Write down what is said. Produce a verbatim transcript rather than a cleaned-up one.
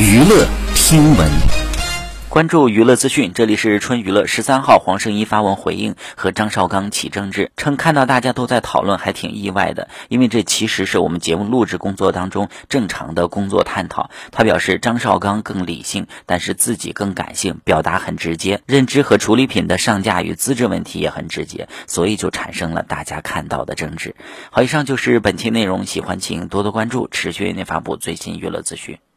娱乐听闻， 关注娱乐资讯，这里是春娱乐。十三号，黄圣依发文回应和张绍刚起争执，称看到大家都在讨论，还挺意外的，因为这其实是我们节目录制工作当中正常的工作探讨。他表示张绍刚更理性，但是自己更感性，表达很直接，认知和处理品的上架与资质问题也很直接，所以就产生了大家看到的争执。好，以上就是本期内容，喜欢请多多关注，持续为您发布最新娱乐资讯。